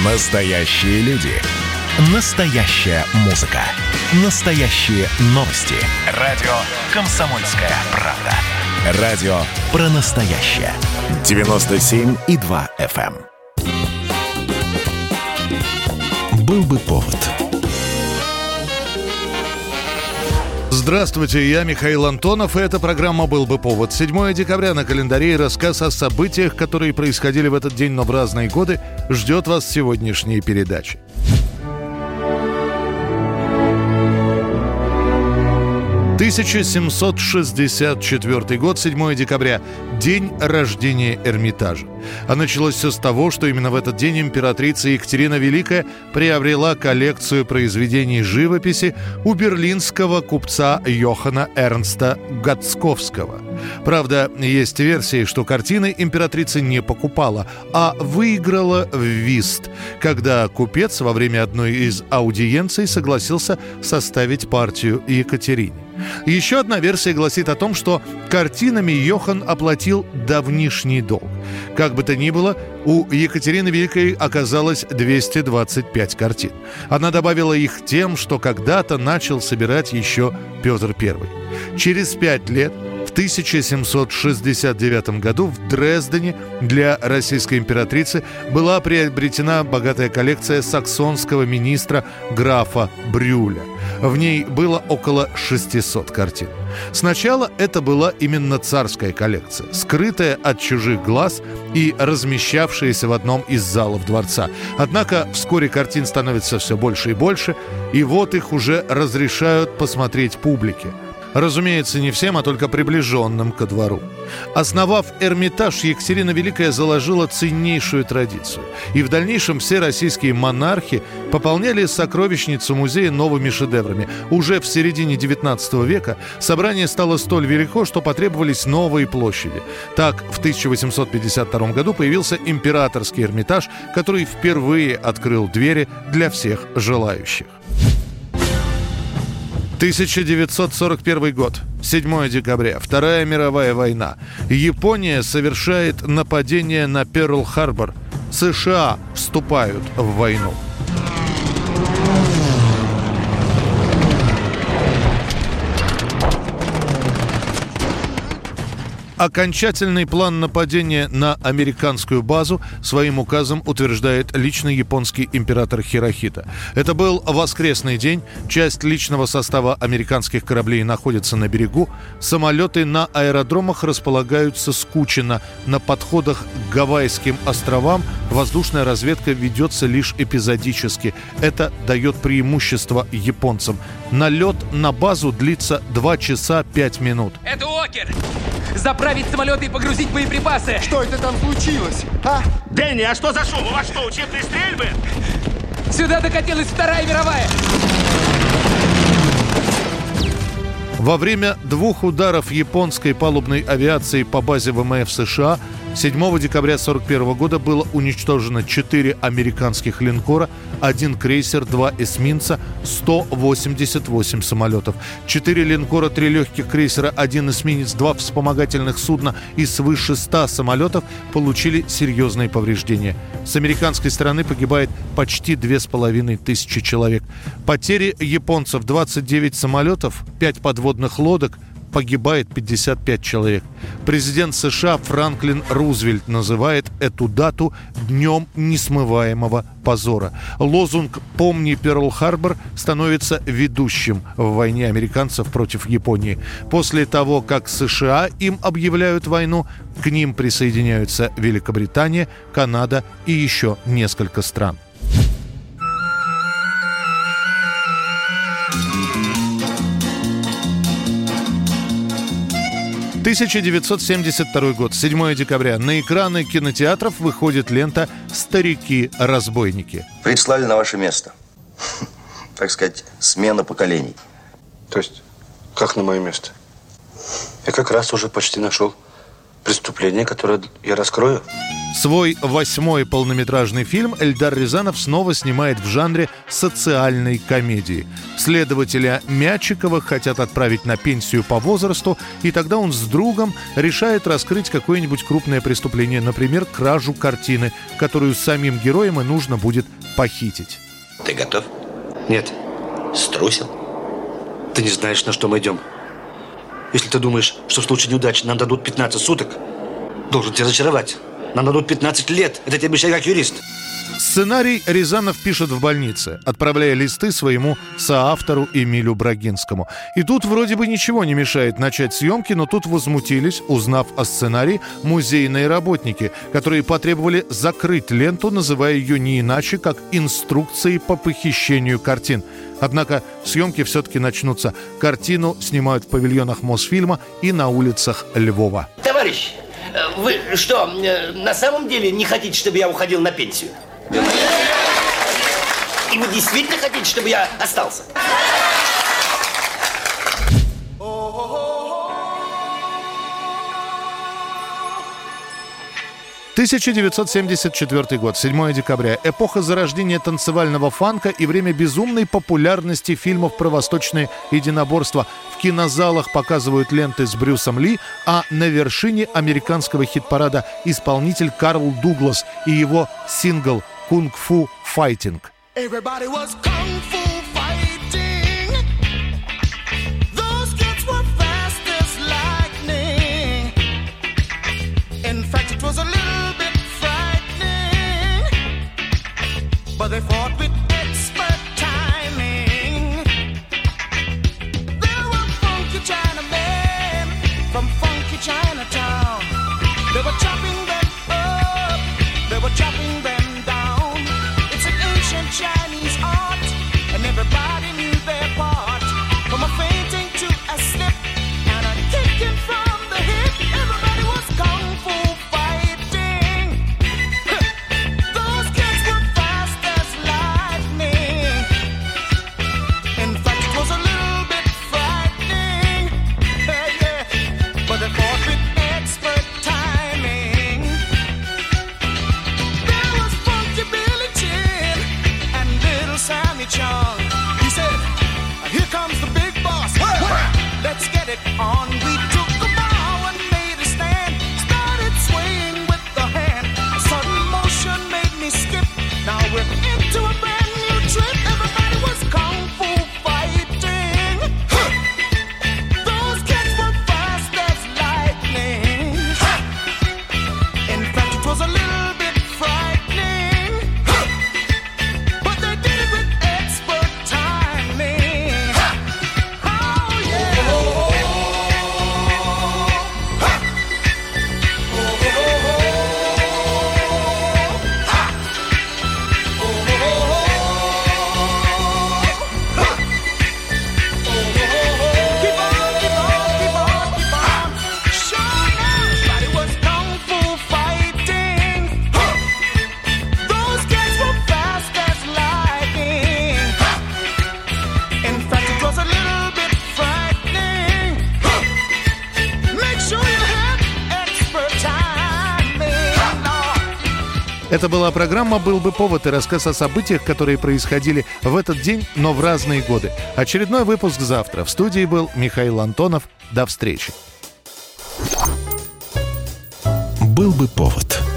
Настоящие люди. Настоящая музыка. Настоящие новости. Радио «Комсомольская правда». Радио про настоящее. 97,2 FM. Был бы повод. Здравствуйте, я Михаил Антонов, и эта программа «Был бы повод». 7 декабря на календаре, и рассказ о событиях, которые происходили в этот день, но в разные годы, ждет вас в сегодняшней передаче. 1764 год, 7 декабря, день рождения Эрмитажа. А началось все с того, что именно в этот день императрица Екатерина Великая приобрела коллекцию произведений живописи у берлинского купца Йоханна Эрнста Гацковского. Правда, есть версии, что картины императрица не покупала, а выиграла в вист, когда купец во время одной из аудиенций согласился составить партию Екатерине. Еще одна версия гласит о том, что картинами Йохан оплатил давнишний долг. Как бы то ни было, у Екатерины Великой оказалось 225 картин. Она добавила их тем, что когда-то начал собирать еще Петр I. Через 5 лет, в 1769 году, в Дрездене для российской императрицы была приобретена богатая коллекция саксонского министра графа Брюля. В ней было около 600 картин. Сначала это была именно царская коллекция, скрытая от чужих глаз и размещавшаяся в одном из залов дворца. Однако вскоре картин становится все больше и больше, и вот их уже разрешают посмотреть публике. Разумеется, не всем, а только приближенным ко двору. Основав Эрмитаж, Екатерина Великая заложила ценнейшую традицию. И в дальнейшем все российские монархи пополняли сокровищницу музея новыми шедеврами. Уже в середине XIX века собрание стало столь велико, что потребовались новые площади. Так, в 1852 году появился Императорский Эрмитаж, который впервые открыл двери для всех желающих. 1941 год, 7 декабря, Вторая мировая война. Япония совершает нападение на Перл-Харбор. США вступают в войну. Окончательный план нападения на американскую базу своим указом утверждает лично японский император Хирохита. Это был воскресный день, часть личного состава американских кораблей находится на берегу, самолеты на аэродромах располагаются скучно, на подходах к Гавайским островам воздушная разведка ведется лишь эпизодически. Это дает преимущество японцам. Налет на базу длится 2 часа 5 минут. Это Уокер! Заправить самолеты и погрузить боеприпасы! Что это там случилось, а? Дэнни, а что за шум? У вас что, учебные стрельбы? Сюда докатилась Вторая мировая! Во время 2 ударов японской палубной авиации по базе ВМФ США 7 декабря 1941 года было уничтожено 4 американских линкора, 1 крейсер, 2 эсминца, 188 самолетов. 4 линкора, 3 легких крейсера, 1 эсминец, 2 вспомогательных судна и свыше 100 самолетов получили серьезные повреждения. С американской стороны погибает почти 2500 человек. Потери японцев: 29 самолетов, 5 подводных лодок, погибает 55 человек. Президент США Франклин Рузвельт называет эту дату днем несмываемого позора. Лозунг «Помни Перл-Харбор» становится ведущим в войне американцев против Японии. После того, как США им объявляют войну, к ним присоединяются Великобритания, Канада и еще несколько стран. 1972 год, 7 декабря. На экраны кинотеатров выходит лента «Старики-разбойники». Прислали на ваше место. Так сказать, смена поколений. То есть, как на мое место? Я как раз уже почти нашел Преступление, которое я раскрою. Свой 8-й полнометражный фильм Эльдар Рязанов снова снимает в жанре социальной комедии. Следователя Мячикова хотят отправить на пенсию по возрасту, и тогда он с другом решает раскрыть какое-нибудь крупное преступление, например, кражу картины, которую самим героям и нужно будет похитить. Ты готов? Нет, Струсил? ты не знаешь, на что мы идем. Если ты думаешь, что в случае неудачи нам дадут 15 суток, должен тебя разочаровать. Нам дадут 15 лет. Это тебе обещаю как юрист. Сценарий Рязанов пишет в больнице, отправляя листы своему соавтору Эмилю Брагинскому. И тут вроде бы ничего не мешает начать съемки, но тут возмутились, узнав о сценарии, музейные работники, которые потребовали закрыть ленту, называя ее не иначе, как «инструкцией по похищению картин». Однако съемки все-таки начнутся. Картину снимают в павильонах Мосфильма и на улицах Львова. Товарищ, вы что, на самом деле не хотите, чтобы я уходил на пенсию? И вы действительно хотите, чтобы я остался? 1974 год, 7 декабря. Эпоха зарождения танцевального фанка и время безумной популярности фильмов про восточные единоборства. В кинозалах показывают ленты с Брюсом Ли, а на вершине американского хит-парада исполнитель Карл Дуглас и его сингл «Кунг-фу файтинг». But they fought with expert timing. There were funky Chinamen from funky Chinatown. They were chopping them up, they were chopping them down. It's an ancient Chinese art, and everybody knew their part. From a fainting to a slip, and a kicking from the hip. Everybody was kung fu fighting. Those kids were fast as lightning. In fact, it was a little bit frightening. Yeah. But they fought with expert timing. There was Funky Billy Chin and Little Sammy Chung. He said, "Here comes the big boss. Let's get it on." We took a bow and made a stand. Started swaying with the hand. A sudden motion made me skip. Now we're into a brand new trip. Everybody was kung fu fighting. Those kids were fast as lightning. In fact, it was a little bit frightening. But they did it with expert timing. Oh yeah. Keep on, keep on, keep on, keep on. Sure, everybody was kung fu fighting. Those kids were fast as lightning. In fact, it was a little bit frightening. Make sure you have expert timing. Это была программа «Был бы повод» и рассказ о событиях, которые происходили в этот день, но в разные годы. Очередной выпуск завтра. В студии был Михаил Антонов. До встречи. «Был бы повод»